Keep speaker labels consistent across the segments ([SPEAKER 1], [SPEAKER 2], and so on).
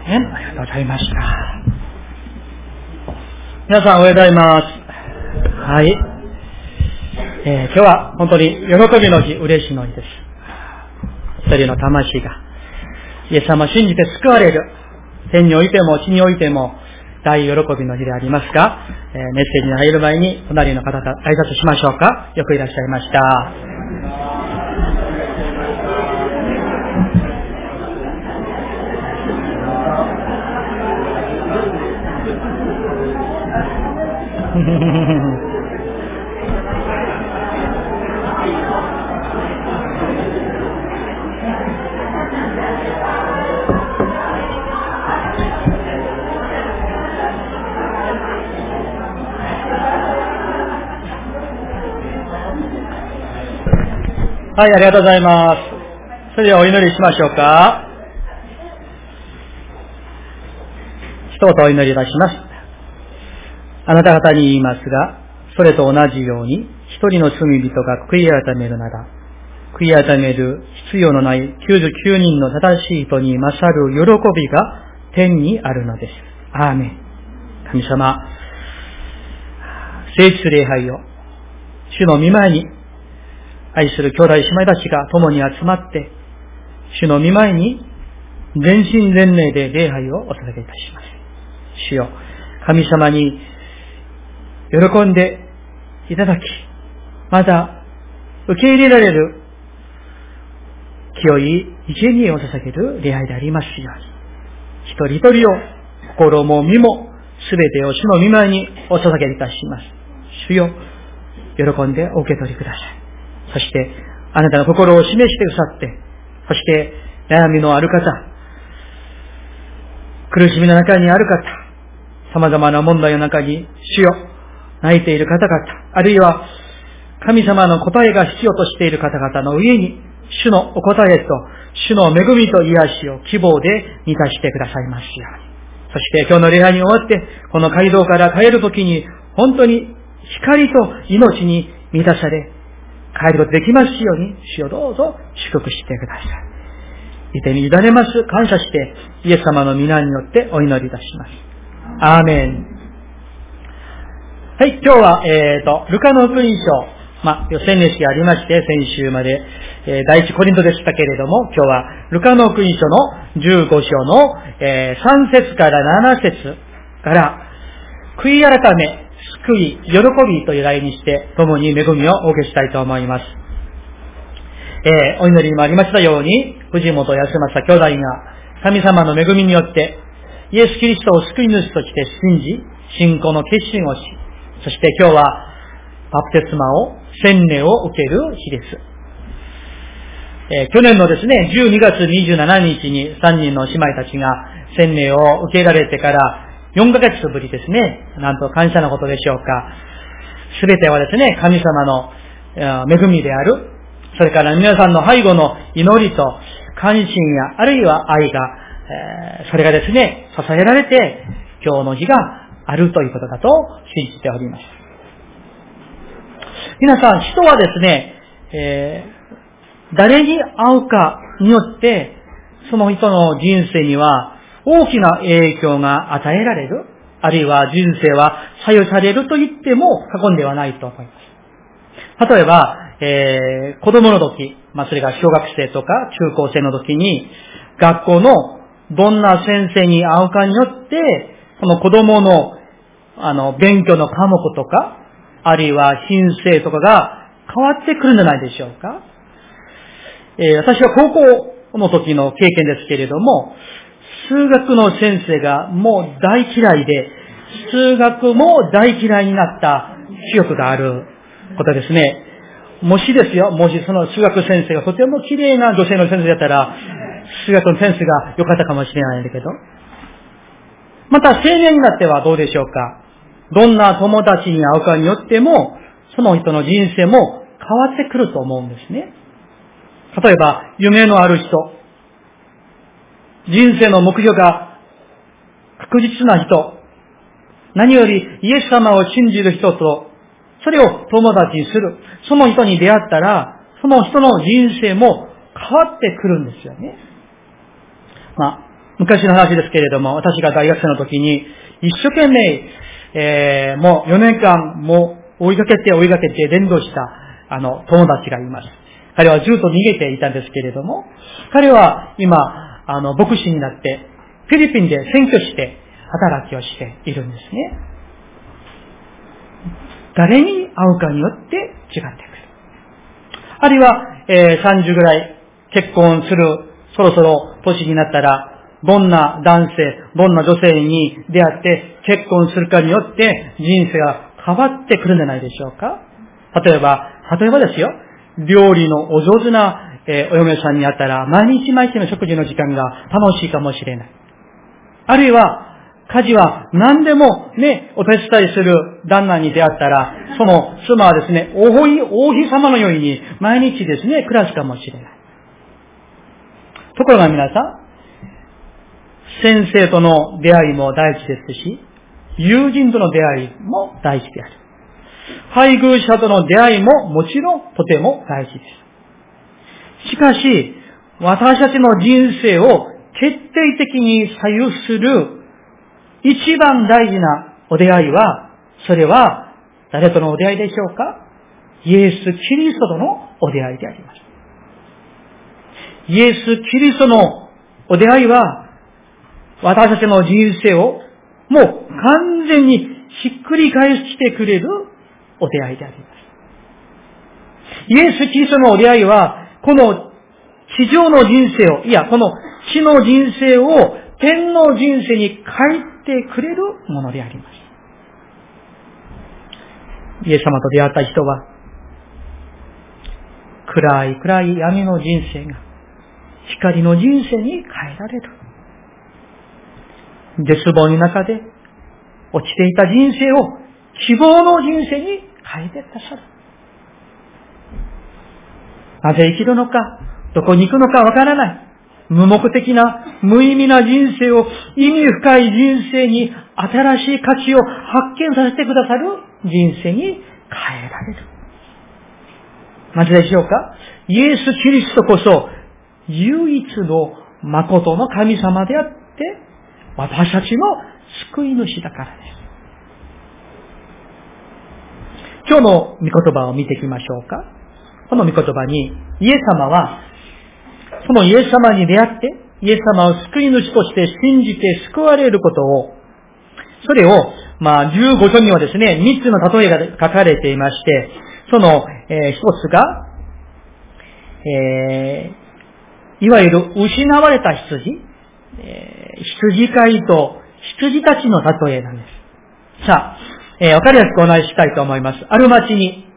[SPEAKER 1] ありがとうございました。皆さんおはようございます。はい。今日は本当に喜びの日、嬉しいの日です。一人の魂がイエス様を信じて救われる、天においても地においても大喜びの日でありますが、メッセージに入る前に隣の方と挨拶しましょうか。よくいらっしゃいました。はい、ありがとうございます。それではお祈りしましょうか。一言お祈りいたします。あなた方に言いますが、それと同じように、一人の罪人が悔い改めるなら、悔い改める必要のない99人の正しい人に勝る喜びが天にあるのです。アーメン。神様、聖地礼拝を主の御前に愛する兄弟姉妹たちが共に集まって、主の御前に全身全霊で礼拝をお捧げいたします。主よ、神様に喜んでいただき、また受け入れられる清い生贄を捧げる礼拝でありますように、一人一人を心も身もすべてを主の御前にお捧げいたします。主よ、喜んでお受け取りください。そして、あなたの心を示してくださって、そして、悩みのある方、苦しみの中にある方、様々な問題の中に、主よ、泣いている方々、あるいは、神様の答えが必要としている方々の上に、主のお答えと、主の恵みと癒しを希望で満たしてくださいますように。そして、今日の礼拝に終わって、この街道から帰るときに、本当に光と命に満たされ、帰ることできますように、主をどうぞ祝福してください。御手に委ねます。感謝して、イエス様の皆によってお祈りいたします。アーメン。はい、今日は、ルカの福音書、予選列がありまして、先週まで、第一コリントでしたけれども、今日は、ルカの福音書の15章の、3節から7節から、悔い改め、救い、喜びという題にして、共に恵みをお受けしたいと思います。お祈りにもありましたように、藤本康正兄弟が神様の恵みによって、イエス・キリストを救い主として信じ、信仰の決心をし、そして今日はバプテスマを、洗礼を受ける日です。去年のですね、12月27日に3人の姉妹たちが洗礼を受けられてから4ヶ月ぶりですね、なんと感謝のことでしょうか。すべてはですね、神様の恵みである、それから皆さんの背後の祈りと関心や、あるいは愛が、それがですね、支えられて、今日の日があるということだと信じております。皆さん、人はですね、誰に会うかによって、その人の人生には大きな影響が与えられる、あるいは人生は左右されると言っても過言ではないと思います。例えば、子供の時、それが小学生とか中高生の時に、学校のどんな先生に会うかによって、その子供の勉強の科目とか、あるいは品性とかが変わってくるんじゃないでしょうか。私は高校の時の経験ですけれども、数学の先生がもう大嫌いで、数学も大嫌いになった記憶があることですね。もしですよ、もしその数学先生がとても綺麗な女性の先生だったら、数学の先生が良かったかもしれないんだけど、また青年になってはどうでしょうか。どんな友達に会うかによっても、その人の人生も変わってくると思うんですね。例えば、夢のある人、人生の目標が確実な人、何よりイエス様を信じる人と、それを友達にする。その人に出会ったら、その人の人生も変わってくるんですよね。 昔の話ですけれども、私が大学生の時に、一生懸命、もう4年間も追いかけて伝道した友達がいます。彼はずっと逃げていたんですけれども、彼は今、牧師になって、フィリピンで選挙して働きをしているんですね。誰に会うかによって違ってくる。あるいは、30ぐらい結婚する、そろそろ年になったら、どんな男性、どんな女性に出会って結婚するかによって人生が変わってくるんじゃないでしょうか。例えばですよ、料理のお上手な、お嫁さんに会ったら毎日の食事の時間が楽しいかもしれない。あるいは、家事は何でもね、お手伝いする旦那に出会ったら、その妻はですね、王妃様のように毎日ですね、暮らすかもしれない。ところが皆さん、先生との出会いも大事ですし、友人との出会いも大事である。配偶者との出会いももちろんとても大事です。しかし、私たちの人生を決定的に左右する一番大事なお出会いは、それは誰とのお出会いでしょうか？イエス・キリストとのお出会いであります。イエス・キリストのお出会いは、私たちの人生をもう完全にひっくり返してくれるお出会いであります。イエス・キリストのお出会いは、この地上の人生を、この地の人生を天の人生に変えてくれるものであります。イエス様と出会った人は、暗い闇の人生が光の人生に変えられる。絶望の中で落ちていた人生を希望の人生に変えてくださる。なぜ生きるのか、どこに行くのかわからない。無目的な、無意味な人生を意味深い人生に新しい価値を発見させてくださる人生に変えられる。なぜでしょうか？イエス・キリストこそ唯一の誠の神様であって、私たちの救い主だからです。今日の御言葉を見ていきましょうか。この御言葉に、イエス様は、そのイエス様に出会って、イエス様を救い主として信じて救われることを、それを、15章にはですね、3つの例えが書かれていまして、その、一つが、いわゆる失われた羊、羊飼いと羊たちの例えなんです。さあ、わかりやすくお話ししたいと思います。ある町に、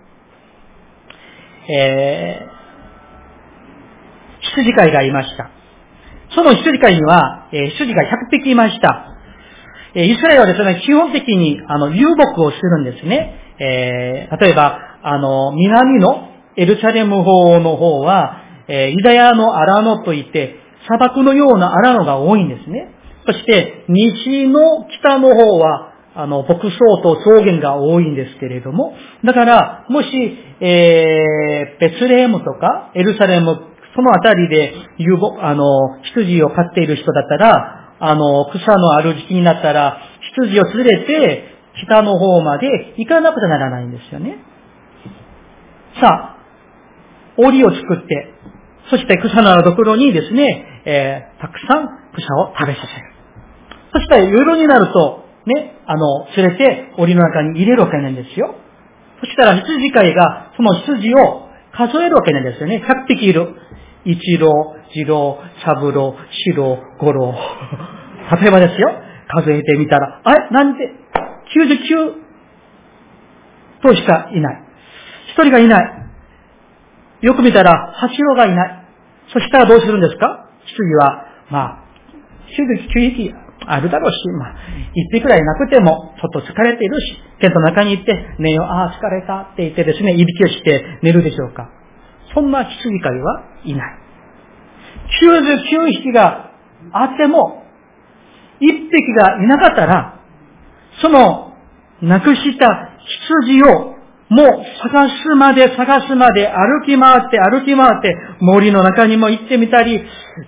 [SPEAKER 1] 羊飼いがいました。その羊飼いには、羊が100匹いました。イスラエルはですね、基本的に遊牧をするんですね。例えば、南のエルサレム方の方は、ユダヤの荒野といって、砂漠のような荒野が多いんですね。そして、西の北の方は、牧草と草原が多いんですけれども、だから、もし、ベツレヘムとか、エルサレム、そのあたりで、羊を飼っている人だったら、草のある時期になったら、羊を連れて、北の方まで行かなくてならないんですよね。さあ、檻を作って、そして草のあるところにですね、たくさん草を食べさせる。そして夜になると、ね、連れて檻の中に入れるわけなんですよ。そしたら羊飼いがその羊を数えるわけなんですよね。100匹いる。一郎、二郎、三郎、四郎、五郎。例えばですよ、数えてみたら、なんで99頭しかいない。1人がいない。よく見たら8郎がいない。そしたらどうするんですか？羊は、99匹あるだろうし、1匹くらいなくても、ちょっと疲れているし、テントの中に行って、寝よう、疲れたって言ってですね、いびきをして寝るでしょうか。そんな羊飼いはいない。99匹があっても、1匹がいなかったら、その、なくした羊を、もう探すまで歩き回って、森の中にも行ってみたり、ね、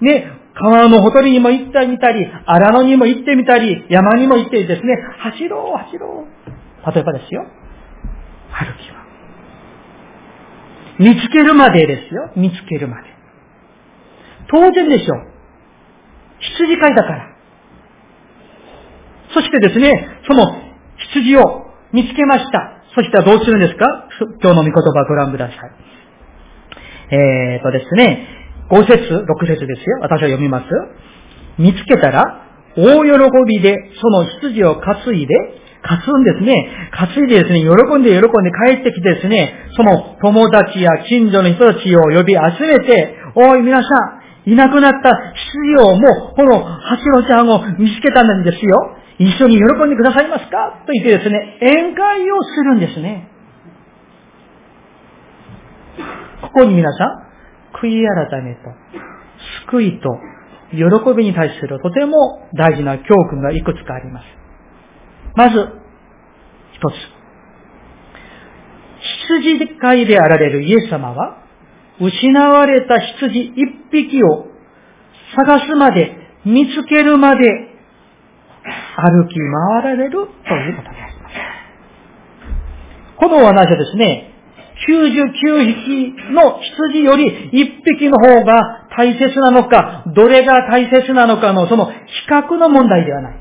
[SPEAKER 1] 川のほとりにも行ってみたり、荒野にも行ってみたり、山にも行ってですね、走ろう。例えばですよ、歩きは。見つけるまでですよ、見つけるまで。当然でしょう。羊飼いだから。そしてですね、その羊を見つけました。そしたらどうするんですか？今日の御言葉をご覧ください。ですね、5節、6節ですよ。私は読みます。見つけたら、大喜びでその羊を担いでですね、喜んで帰ってきてですね、その友達や近所の人たちを呼び集めて、おい皆さん、いなくなった羊をもう、このハチロちゃんを見つけたんですよ。一緒に喜んでくださいますかと言ってですね、宴会をするんですね。ここに皆さん、悔い改めと、救いと、喜びに対するとても大事な教訓がいくつかあります。まず、一つ。羊飼いであられるイエス様は、失われた羊一匹を探すまで、見つけるまで、歩き回られるということであります。このお話はですね、99匹の羊より1匹の方が大切なのか、どれが大切なのかのその比較の問題ではない。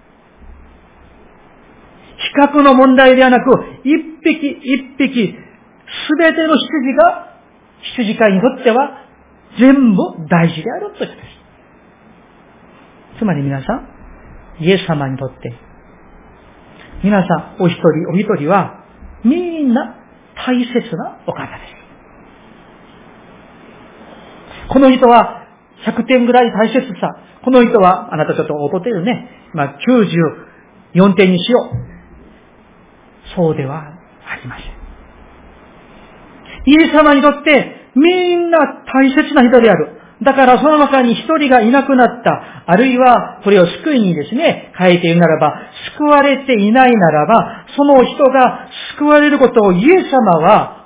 [SPEAKER 1] 比較の問題ではなく、一匹一匹、すべての羊が羊飼いにとっては全部大事であるということです。つまり皆さん、イエス様にとって、皆さんお一人お一人はみんな大切なお方です。この人は100点ぐらい大切さ。この人は、あなたちょっと劣ってるね。94点にしよう。そうではありません。イエス様にとってみんな大切な人である。だからその中に一人がいなくなった。あるいはこれを救いにですね、変えているならば、救われていないならば、その人が救われることをイエス様は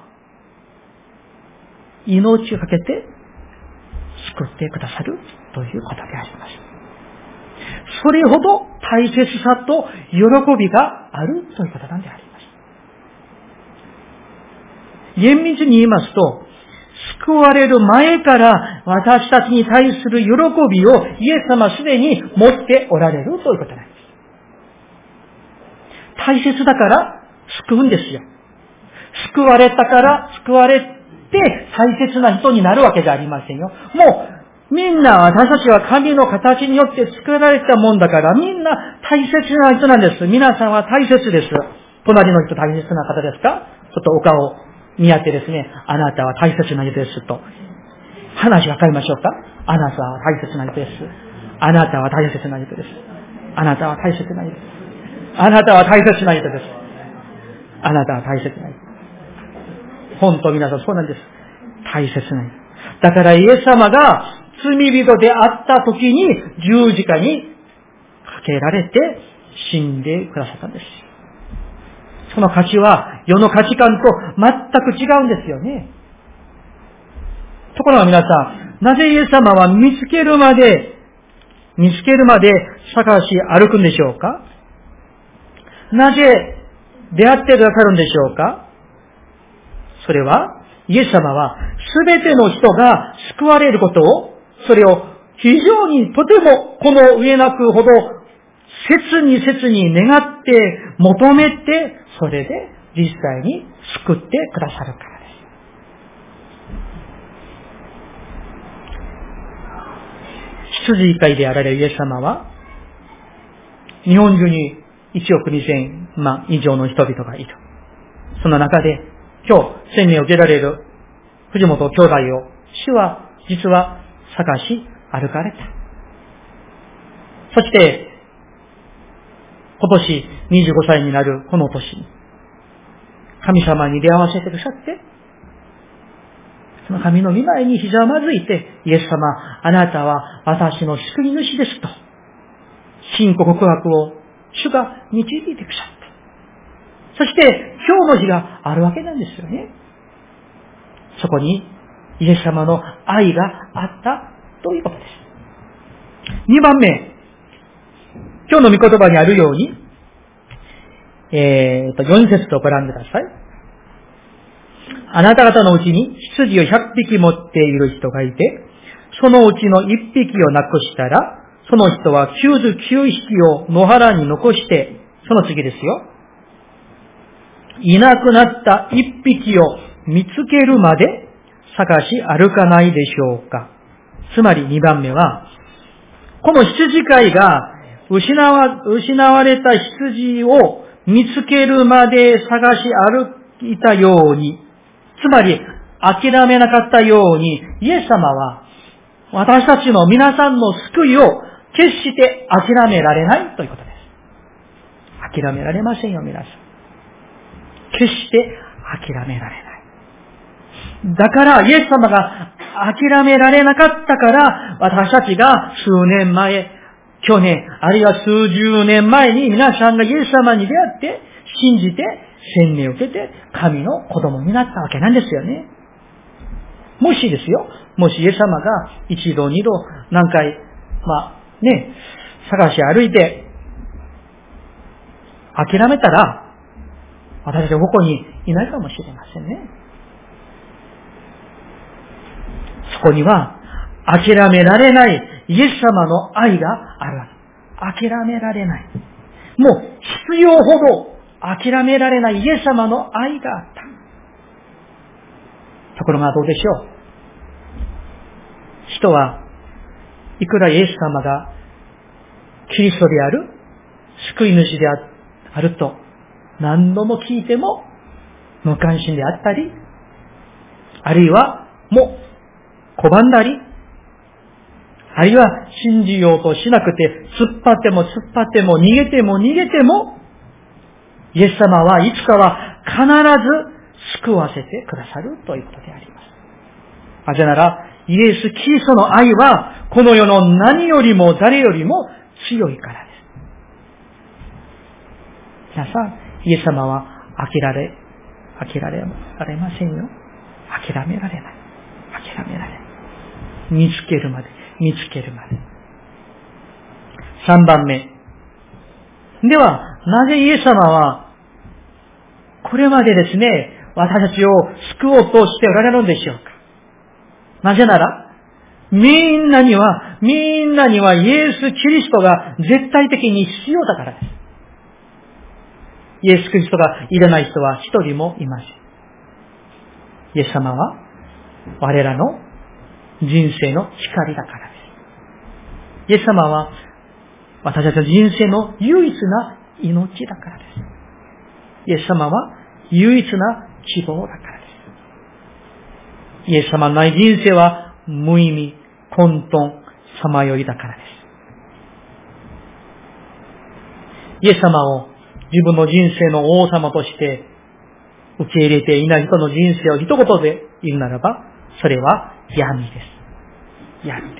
[SPEAKER 1] 命をかけて救ってくださるということであります。それほど大切さと喜びがあるということなんであります。厳密に言いますと、救われる前から私たちに対する喜びをイエス様はすでに持っておられるということなんです。大切だから救うんですよ。救われたから救われて大切な人になるわけじゃありませんよ。もうみんな私たちは神の形によって作られたもんだからみんな大切な人なんです。皆さんは大切です。隣の人大切な方ですか？ちょっとお顔を見合ってですね、あなたは大切な人ですと。話分かりましょうか？あなたは大切な人です。あなたは大切な人です。あなたは大切な人です。あなたは大切な人です。あなたは大切な人。本当皆さんそうなんです。大切な人。だからイエス様が罪人であった時に十字架にかけられて死んでくださったんです。その価値は世の価値観と全く違うんですよね。ところが皆さん、なぜイエス様は見つけるまで探し歩くんでしょうか？なぜ出会ってくださるんでしょうか？それは、イエス様はすべての人が救われることを、それを非常にとてもこの上なくほど切に願って求めて、それで実際に救ってくださるからです。羊飼いであられるイエス様は、日本中に1億2000万以上の人々がいる。その中で、今日、洗礼を受けられる藤本兄弟を、主は実は探し歩かれた。そして、今年25歳になるこの年に、神様に出会わせてくださって、その神の御前にひざまずいて、イエス様、あなたは私の救い主ですと、信仰告白を主が導いてくださった。そして、今日の日があるわけなんですよね。そこに、イエス様の愛があったということです。 2番目、今日の御言葉にあるように、4節とご覧ください。あなた方のうちに羊を100匹持っている人がいて、そのうちの1匹をなくしたら、その人は99匹を野原に残して、その次ですよ。いなくなった1匹を見つけるまで探し歩かないでしょうか。つまり2番目は、この羊飼いが失われた羊を見つけるまで探し歩いたように、つまり諦めなかったように、イエス様は私たちの皆さんの救いを決して諦められないということです。諦められませんよ、皆さん。決して諦められない。だから、イエス様が諦められなかったから、私たちが数年前、去年、あるいは数十年前に皆さんがイエス様に出会って、信じて、洗礼を受けて、神の子供になったわけなんですよね。もしですよ、もしイエス様が一度二度何回、探し歩いて、諦めたら、私たちはここにいないかもしれませんね。そこには、諦められないイエス様の愛があるわけ。諦められない。もう必要ほど諦められないイエス様の愛があった。ところがどうでしょう。人はいくらイエス様がキリストである、救い主であると何度も聞いても無関心であったり、あるいはもう拒んだり、あるいは信じようとしなくて、突っ張っても逃げても、イエス様はいつかは必ず救わせてくださるということであります。なぜなら、イエス・キリストの愛は、この世の何よりも誰よりも強いからです。皆さん、イエス様は諦められませんよ。諦められない。見つけるまで。3番目。では、なぜイエス様は、これまでですね、私たちを救おうとしておられるのでしょうか。なぜなら、みんなにはイエス・キリストが絶対的に必要だからです。イエス・キリストがいらない人は一人もいません。イエス様は、我らの人生の光だからです。イエス様は、私たちの人生の唯一な命だからです。イエス様は唯一な希望だからです。イエス様のない人生は無意味、混沌、さまよいだからです。イエス様を自分の人生の王様として受け入れていない人の人生を一言で言うならば、それは闇です。闇です。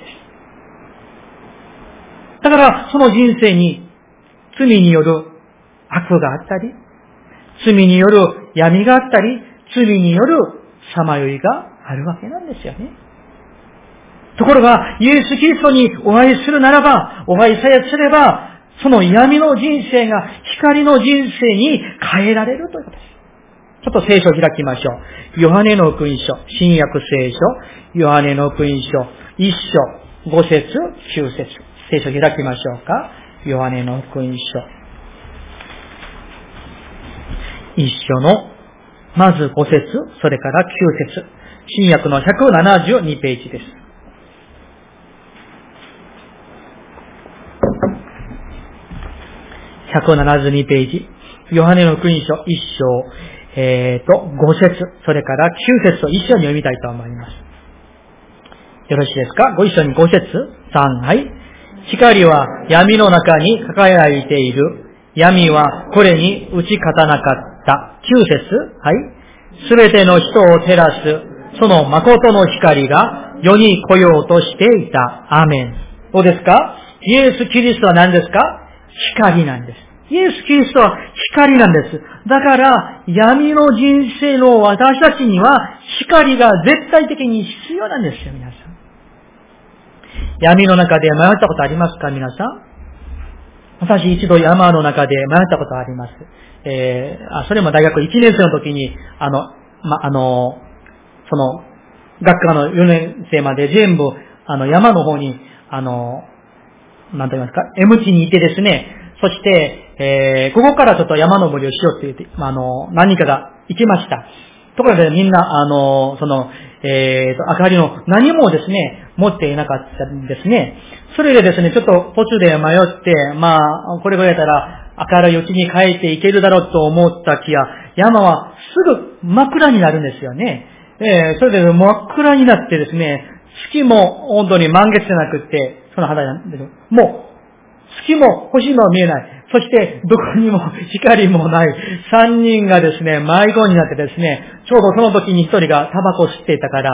[SPEAKER 1] だからその人生に罪による悪があったり、罪による闇があったり、罪によるさまよいがあるわけなんですよね。ところが、イエス・キリストにお会いするならば、お会いさえすれば、その闇の人生が光の人生に変えられるということです。ちょっと聖書を開きましょう。ヨハネの福音書、新約聖書、ヨハネの福音書、1章、5節、9節。聖書を開きましょうか。ヨハネの福音書。1章の、まず5節、それから9節。新約の172ページです。172ページ。ヨハネの福音書1章、5節、それから9節と一緒に読みたいと思います。よろしいですか？ご一緒に5節、3、はい。光は闇の中に輝いている。闇はこれに打ち勝たなかった。9節、はい。すべての人を照らす、その誠の光が世に来ようとしていた。アーメン。どうですか？イエス・キリストは何ですか？光なんです。イエス・キリストは光なんです。だから、闇の人生の私たちには光が絶対的に必要なんですよ、皆さん。 闇の中で迷ったことありますか、皆さん？私一度山の中で迷ったことあります。それも大学1年生の時に、その、学科の4年生まで全部、山の方に、なんと言いますか、M 地にいてですね、そして、ここからちょっと山登りをしようって言って、何人かが行きました。ところでみんな、明かりの何もですね、持っていなかったんですね。それでですね、ちょっと途中で迷って、これぐらいだったら明るいうちに帰っていけるだろうと思ったきや、山はすぐ真っ暗になるんですよね。それで真っ暗になってですね、月も本当に満月じゃなくって、その肌なんですけど、もう、月も星も見えない。そして、どこにも光もない。3人がですね、迷子になってですね、ちょうどその時に1人がタバコを吸っていたから、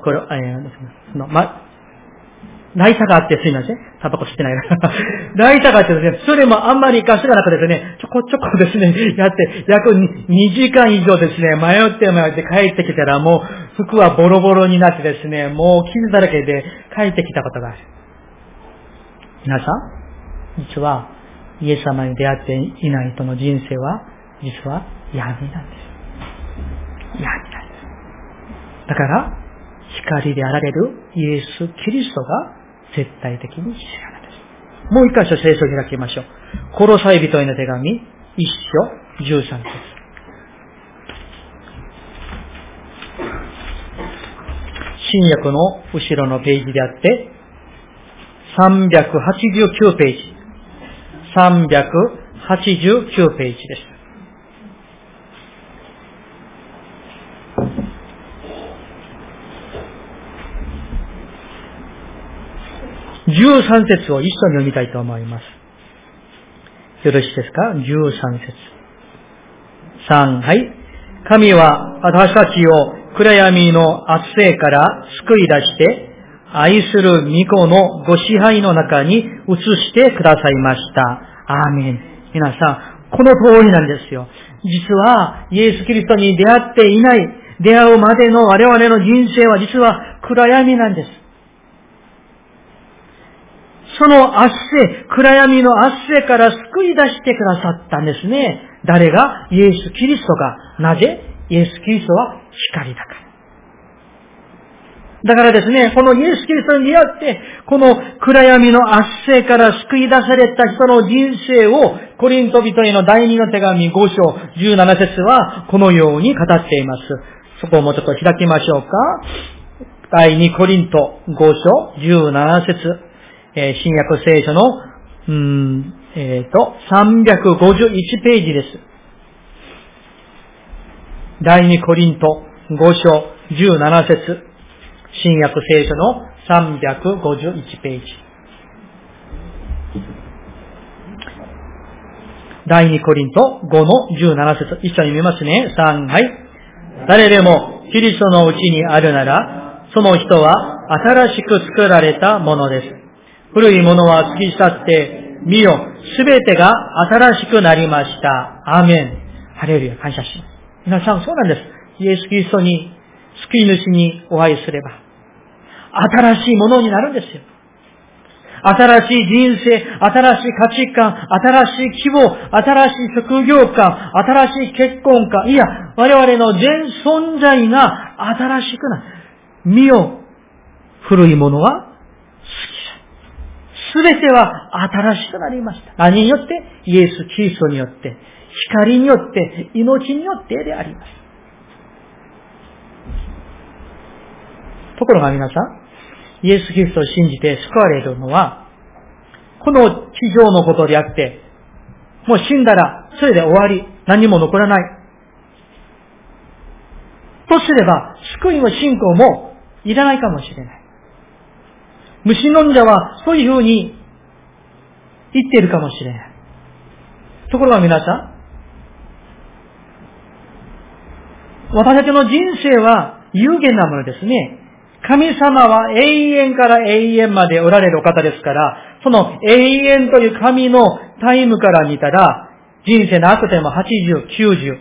[SPEAKER 1] ライターがあって、すいません。タバコ吸ってないから。ライターがあってですね、それもあんまりガスがなくですね、ちょこですね、やって、約2時間以上ですね、迷って帰ってきたら、もう服はボロボロになってですね、もう傷だらけで帰ってきたことがある。皆さん、実は、イエス様に出会っていない人の人生は、実は闇なんです。闇なんです。だから、光であられるイエス・キリストが絶対的に必要なんです。もう一箇所聖書を開きましょう。コロサイ人への手紙、1章13節。新約の後ろのページであって、389ページ。389ページです。13節を一緒に読みたいと思います。よろしいですか？ 13 節。3、はい。神は私たちを暗闇の圧政から救い出して、愛する御子のご支配の中に移してくださいました。アーメン。皆さん、この通りなんですよ。実は、イエス・キリストに出会っていない、出会うまでの我々の人生は実は暗闇なんです。その圧政、暗闇の圧政から救い出してくださったんですね。誰が？イエス・キリストが。なぜ？イエス・キリストは光だから。だからですね、このイエス・キリストに出会って、この暗闇の圧政から救い出された人の人生を、コリント人への第2の手紙5章17節は、このように語っています。そこをもうちょっと開きましょうか。第2コリント5章17節。新約聖書の、351ページです。第2コリント5章17節。新約聖書の351ページ。第2コリント5の17節。一緒に見ますね。3、はい。誰でもキリストのうちにあるなら、その人は新しく作られたものです。古いものは過ぎ去って、見よ、すべてが新しくなりました。アーメン。ハレルヤ、感謝します。皆さん、そうなんです。イエス・キリストに、救い主にお会いすれば、新しいものになるんですよ。新しい人生、新しい価値観、新しい希望、新しい職業観、新しい結婚観、いや、我々の全存在が新しくなる。見よ、古いものはすべては新しくなりました。何によって？イエス・キリストによって、光によって、命によってであります。ところが皆さん、イエス・キリストを信じて救われるのは、この地上のことであって、もう死んだら、それで終わり、何も残らない。とすれば、救いの信仰もいらないかもしれない。無神論者はそういうふうに言っているかもしれない。ところが皆さん、私たちの人生は有限なものですね。神様は永遠から永遠までおられるお方ですから、その永遠という神のタイムから見たら、人生なくても80、90、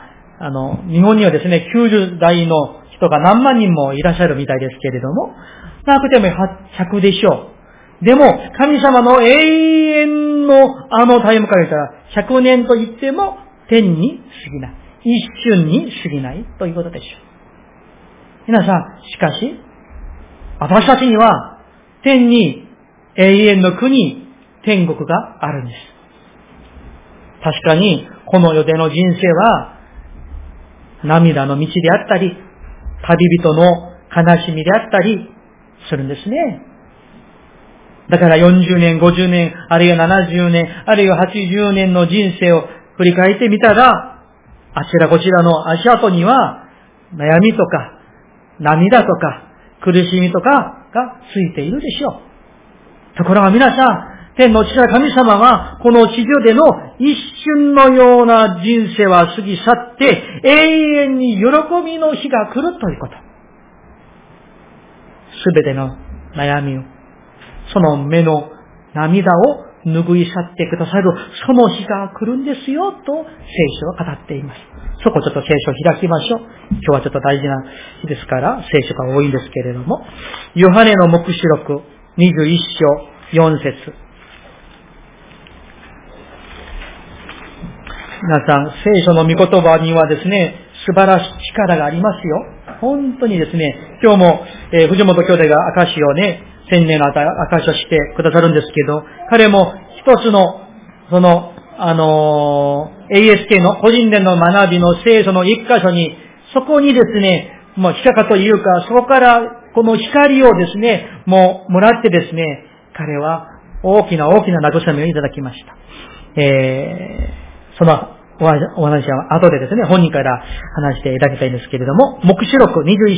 [SPEAKER 1] 日本にはですね、90代の人が何万人もいらっしゃるみたいですけれども、 なくても100でしょう。でも、神様の永遠のタイムから言ったら、100年と言っても天に過ぎない。一瞬に過ぎないということでしょう。皆さん、しかし、私たちには天に永遠の国、天国があるんです。確かに、この世での人生は、涙の道であったり、旅人の悲しみであったりするんですね。だから40年、50年、あるいは70年、あるいは80年の人生を振り返ってみたら、あちらこちらの足跡には、悩みとか、涙とか、苦しみとかがついているでしょう。ところが皆さん、天の父なる神様は、この地上での一瞬のような人生は過ぎ去って、永遠に喜びの日が来るということ。すべての悩みを、その目の涙を拭い去ってくださる、その日が来るんですよ、と聖書は語っています。そこちょっと聖書を開きましょう。今日はちょっと大事な日ですから、聖書が多いんですけれども、ヨハネの黙示録21章4節。皆さん、聖書の御言葉にはですね、素晴らしい力がありますよ。本当にですね、今日も、藤本兄弟が証しをね、1000年の証しをしてくださるんですけど、彼も一つの、ASK の個人での学びの聖書の一箇所に、そこにですね、もう引っかかというか、そこからこの光をですね、もらってですね、彼は大きな慰めをいただきました。そのお話は後でですね、本人から話していただきたいんですけれども、黙示録21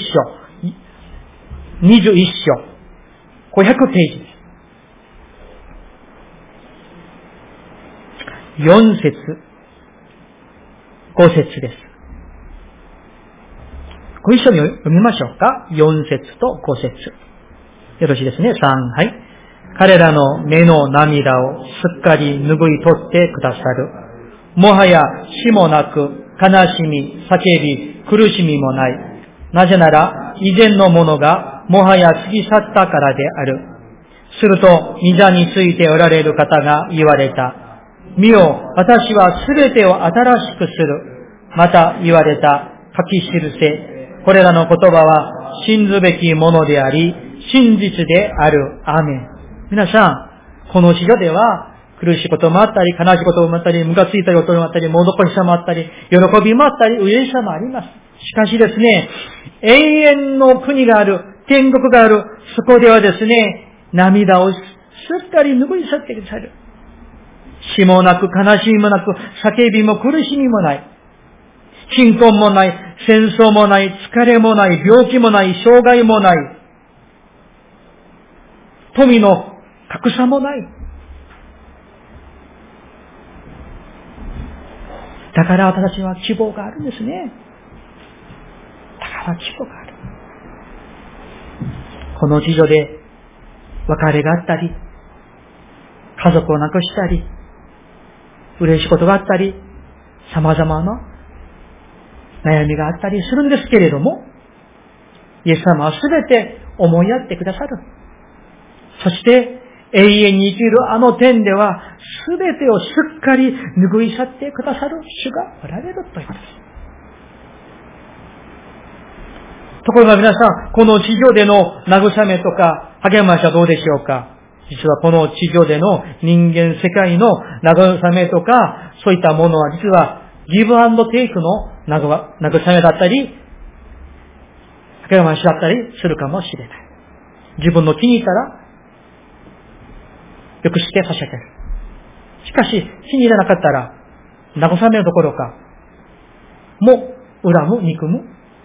[SPEAKER 1] 章、500ページです。4節、5節です。ご一緒に読みましょうか。4節と5節。よろしいですね。3、はい。彼らの目の涙をすっかり拭い取ってくださる。もはや死もなく、悲しみ、叫び、苦しみもない。なぜなら、以前のものがもはや過ぎ去ったからである。すると、御座についておられる方が言われた。見よ、私はすべてを新しくする。また言われた。書き記せ。これらの言葉は信ずべきものであり、真実である。アーメン。皆さん、この地上では、苦しいこともあったり、悲しいこともあったり、ムカついたこともあったり、もどかしさもあったり、喜びもあったり、嬉しさもあります。しかしですね、永遠の国がある、天国がある、そこではですね、涙をすっかり拭い去ってくださる。死もなく、悲しみもなく、叫びも苦しみもない。貧困もない、戦争もない、疲れもない、病気もない、障害もない。富の格差もない。だから私たちは希望があるんですね。だから希望がある。この地上で別れがあったり、家族を亡くしたり、嬉しいことがあったり、様々な悩みがあったりするんですけれども、イエス様はすべて思いやってくださる。そして永遠に生きるあの天では、すべてをしっかり拭い去ってくださる主がおられるということです。ところが皆さん、この地上での慰めとか励ましはどうでしょうか。実はこの地上での人間世界の慰めとか、そういったものは実はギブアンドテイクの慰めだったり、励ましだったりするかもしれない。自分の気に入ったら、よくして差し上げる。しかし、気に入らなかったら、慰めるどころか、もう恨む、憎む。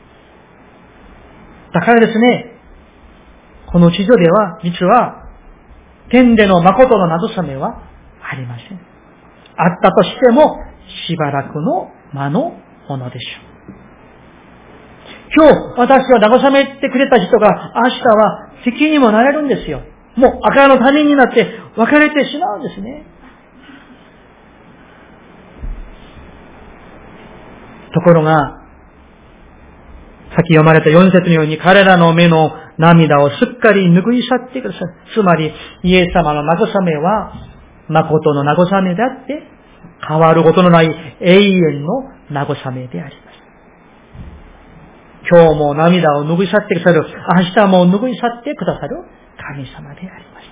[SPEAKER 1] だからですね、この地上では、実は、天での誠の慰めはありません。あったとしても、しばらくの間のものでしょう。今日、私は慰めてくれた人が、明日は敵にもなれるんですよ。もう赤の他人になって別れてしまうんですね。ところが、先読まれた4節のように彼らの目の涙をすっかり拭い去ってくださる。つまり、イエス様の慰めは、誠の慰めであって、変わることのない永遠の慰めであります。今日も涙を拭い去ってくださる、明日も拭い去ってくださる神様であります。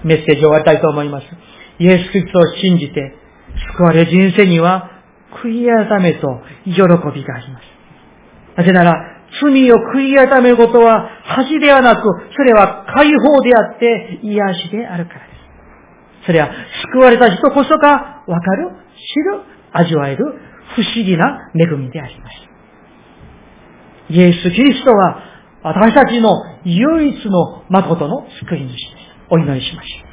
[SPEAKER 1] メッセージを終わりたいと思います。イエス・キリストを信じて、救われる人生には、悔い改めと喜びがあります。なぜなら、罪を悔い改めることは恥ではなく、それは解放であって癒しであるからです。それは救われた人こそがわかる、知る、味わえる不思議な恵みであります。イエス・キリストは私たちの唯一の誠の救い主です。お祈りしましょう。